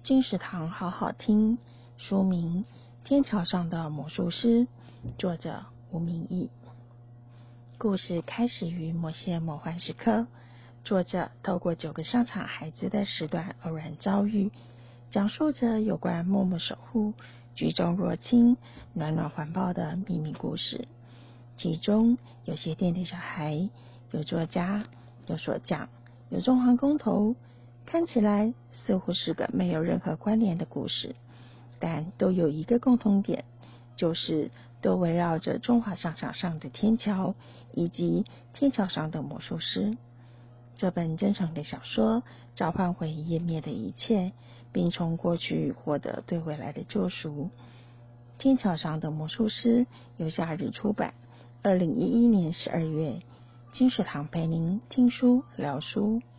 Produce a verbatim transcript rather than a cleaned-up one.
金石堂好好听，书名《天桥上的魔术师》，作者吴明义。故事开始于某些魔幻时刻，作者透过九个上场孩子的时段偶然遭遇，讲述着有关默默守护、举重若轻、暖暖环抱的秘密故事。其中有些电的小孩，有作家，有锁匠，有中华工头，看起来似乎是个没有任何关联的故事，但都有一个共同点，就是都围绕着中华商场上的天桥以及天桥上的魔术师。这本真诚的小说召唤回湮灭的一切，并从过去获得对未来的救赎。天桥上的魔术师由夏日出版，二零一一年十二月。金石堂陪您听书聊书。